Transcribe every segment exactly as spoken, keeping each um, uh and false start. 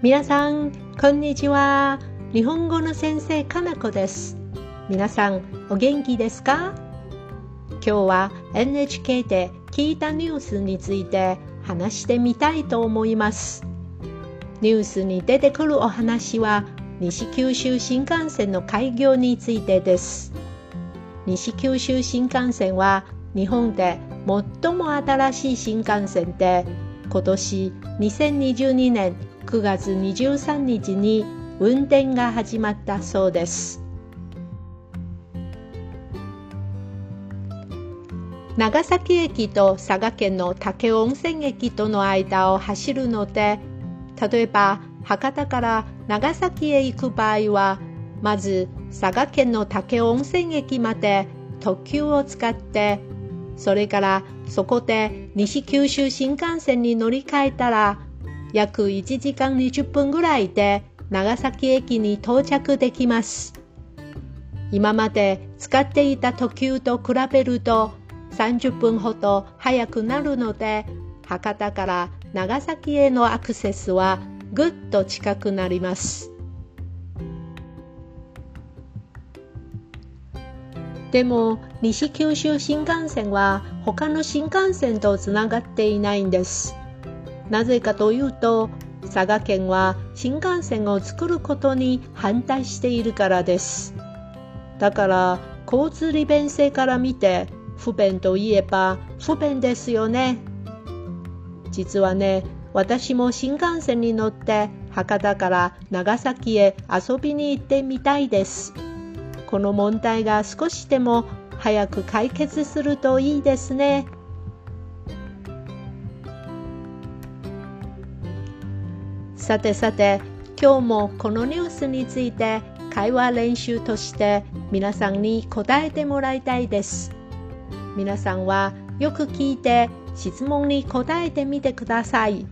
皆さん、こんにちは。日本語の先生、かなこです。皆さん、お元気ですか？今日は エヌエイチケー で聞いたニュースについて話してみたいと思います。ニュースに出てくるお話は、西九州新幹線の開業についてです。西九州新幹線は日本で最も新しい新幹線で、今年にせんにじゅうにねんくがつにじゅうさんにちに運転が始まったそうです。長崎駅と佐賀県の武雄温泉駅との間を走るので、例えば博多から長崎へ行く場合は、まず佐賀県の武雄温泉駅まで特急を使って、それからそこで西九州新幹線に乗り換えたら、約いちじかんにじゅっぷんぐらいで長崎駅に到着できます。今まで使っていた特急と比べるとさんじゅっぷんほど早くなるので、博多から長崎へのアクセスはぐっと近くなります。でも、西九州新幹線は他の新幹線とつながっていないんです。なぜかというと、佐賀県は新幹線を作ることに反対しているからです。だから、交通利便性から見て、不便といえば不便ですよね。実はね、私も新幹線に乗って博多から長崎へ遊びに行ってみたいです。この問題が少しでも早く解決するといいですね。さてさて、今日もこのニュースについて会話練習として皆さんに答えてもらいたいです。皆さんはよく聞いて質問に答えてみてください。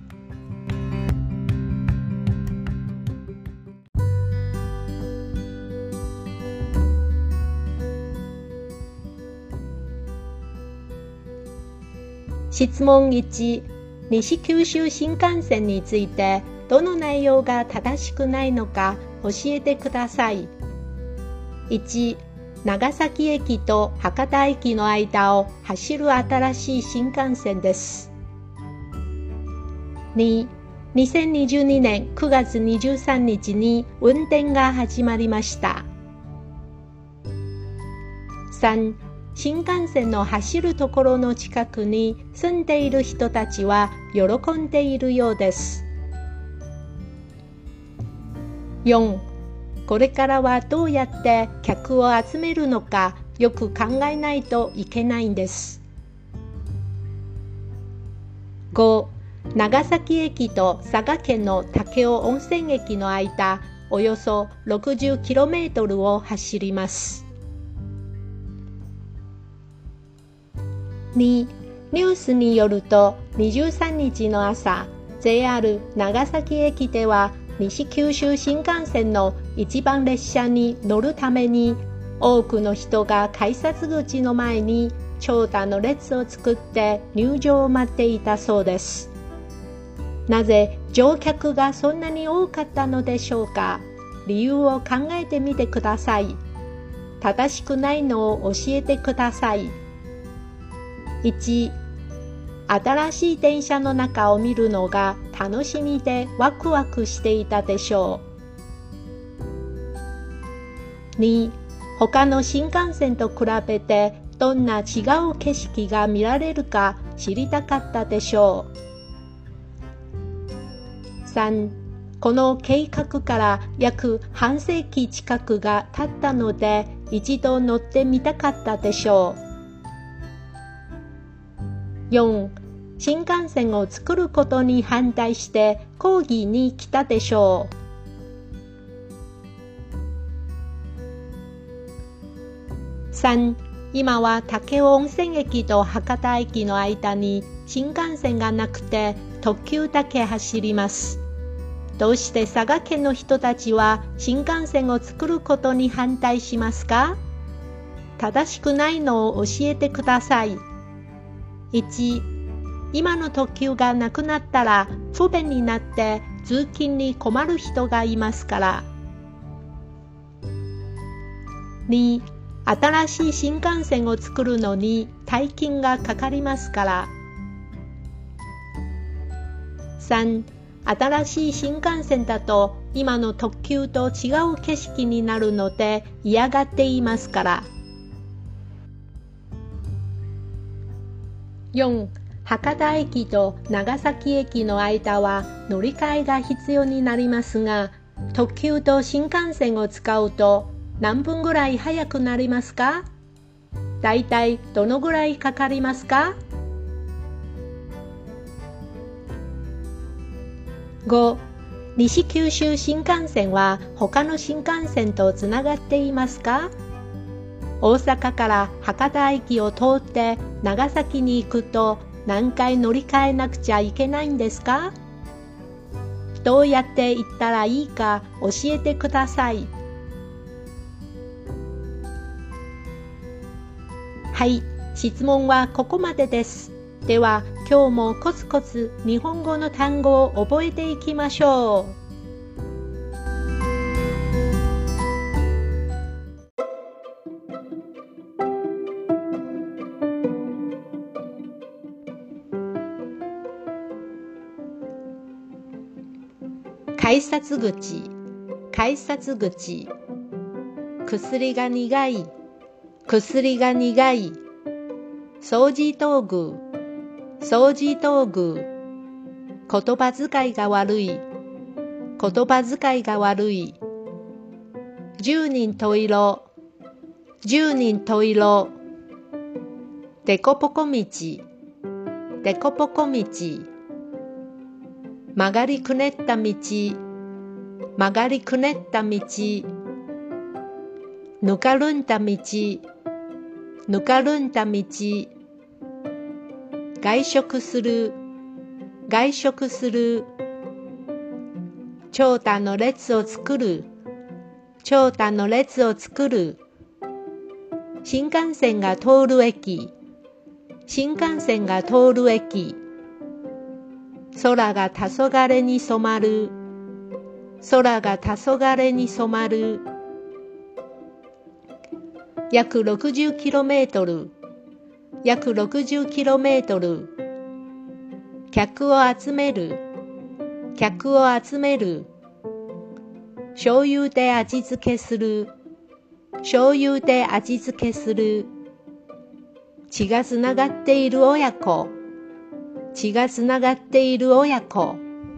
質問いち、西九州新幹線についてどの内容が正しくないのか教えてください。いち、長崎駅と博多駅の間を走る新しい新幹線です。に、にせんにじゅうにねんくがつにじゅうさんにちに運転が始まりました。さん、新幹線の走るところの近くに住んでいる人たちは喜んでいるようです。よん、これからはどうやって客を集めるのかよく考えないといけないんです。ご、長崎駅と佐賀県の武雄温泉駅の間、およそ ろくじゅっキロメートル を走ります。に、ニュースによるとにじゅうさんにちの朝、ジェイアール 長崎駅では西九州新幹線の一番列車に乗るために多くの人が改札口の前に長蛇の列を作って入場を待っていたそうです。なぜ乗客がそんなに多かったのでしょうか？理由を考えてみてください。正しくないのを教えてください。いち、新しい電車の中を見るのが楽しみでワクワクしていたでしょう。に、他の新幹線と比べてどんな違う景色が見られるか知りたかったでしょう。さん、この計画から約半世紀近くが経ったので一度乗ってみたかったでしょう。よん、新幹線を作ることに反対して抗議に来たでしょう。さん、今は武雄温泉駅と博多駅の間に新幹線がなくて特急だけ走ります。どうして佐賀県の人たちは新幹線を作ることに反対しますか？正しくないのを教えてください。いち、 今の特急がなくなったら不便になって通勤に困る人がいますから。に、新しい新幹線を作るのに大金がかかりますから。さん、新しい新幹線だと今の特急と違う景色になるので嫌がっていますから。よん、博多駅と長崎駅の間は乗り換えが必要になりますが、特急と新幹線を使うと何分ぐらい早くなりますか？だいたいどのぐらいかかりますか？ご、西九州新幹線は他の新幹線とつながっていますか？大阪から博多駅を通って長崎に行くと何回乗り換えなくちゃいけないんですか？どうやって行ったらいいか教えてください。はい、質問はここまでです。では、今日もコツコツ日本語の単語を覚えていきましょう。改札口、改札口。薬が苦い、薬が苦い。掃除道具、掃除道具。言葉遣いが悪い、言葉遣いが悪い。十人十色、十人十色。でこぼこ道、でこぼこ道。曲がりくねった道、曲がりくねった道。ぬかるんだ道、ぬかるんだ道。外食する、外食する。長蛇の列を作る、長蛇の列を作る。新幹線が通る駅、新幹線が通る駅。空が黄昏に染まる、空が黄昏に染まる。約 ろくじゅっキロメートル、約 ろくじゅっキロメートル。客を集める、客を集める。醤油で味付けする、醤油で味付けする。血がつながっている親子、血がつながっている親子。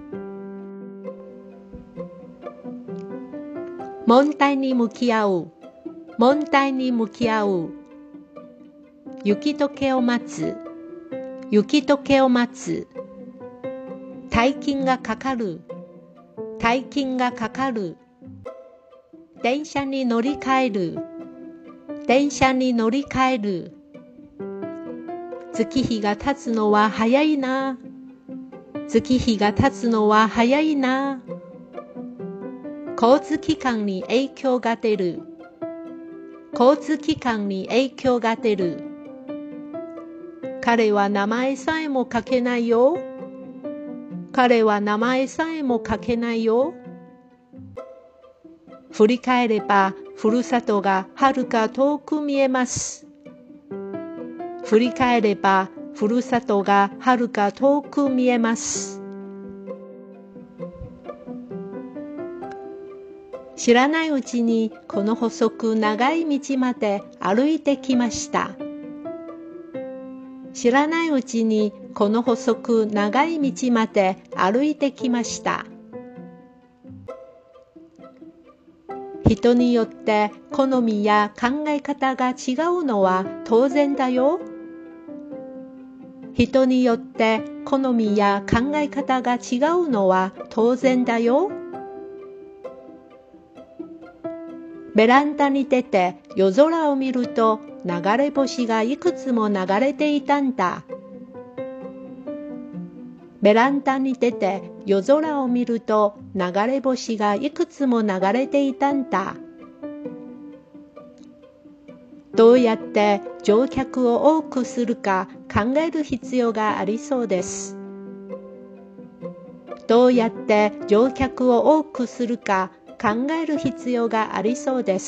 問題に向き合う、問題に向き合う。雪解けを待つ、雪解けを待つ。大金がかかる、大金がかかる。電車に乗り換える、電車に乗り換える。月日が経つのは早いな、月日が経つのは早いな。交通機関に影響が出る、交通機関に影響が出る。彼は名前さえも書けないよ、彼は名前さえも書けないよ。振り返ればふるさとがはるか遠く見えます。振り返ればふるさとがはるか遠く見えます。知らないうちにこの細く長い道まで歩いてきました。知らないうちにこの細く長い道まで歩いてきました。人によって好みや考え方が違うのは当然だよ。人によって好みや考え方が違うのは当然だよ。ベランダに出て夜空を見ると流れ星がいくつも流れていたんだ。ベランダに出て夜空を見ると流れ星がいくつも流れていたんだ。どうやって乗客を多くするか考える必要がありそうです。どうやって乗客を多くするか考える必要がありそうです。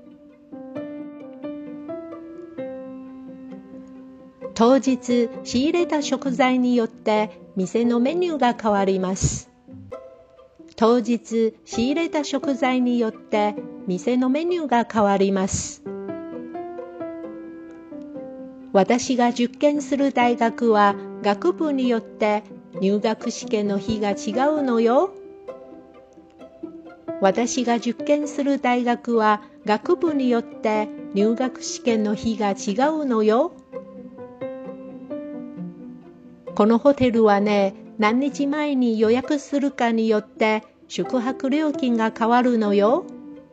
当日仕入れた食材によって店のメニューが変わります。当日仕入れた食材によって店のメニューが変わります。私が受験する大学は学部によって入学試験の日が違うのよ。私が受験する大学は学部によって入学試験の日が違うのよ。このホテルはね、何日前に予約するかによって宿泊料金が変わるのよ。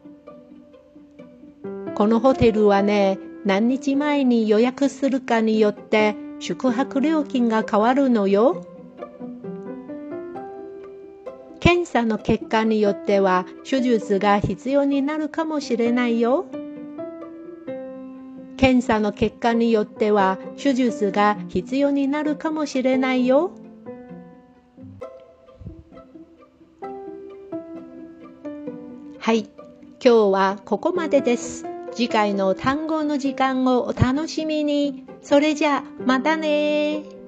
このホテルはね、何日前に予約するかによって宿泊料金が変わるのよ。検査の結果によっては手術が必要になるかもしれないよ。検査の結果によっては手術が必要になるかもしれないよ。はい、今日はここまでです。次回の単語の時間をお楽しみに。それじゃあまたね。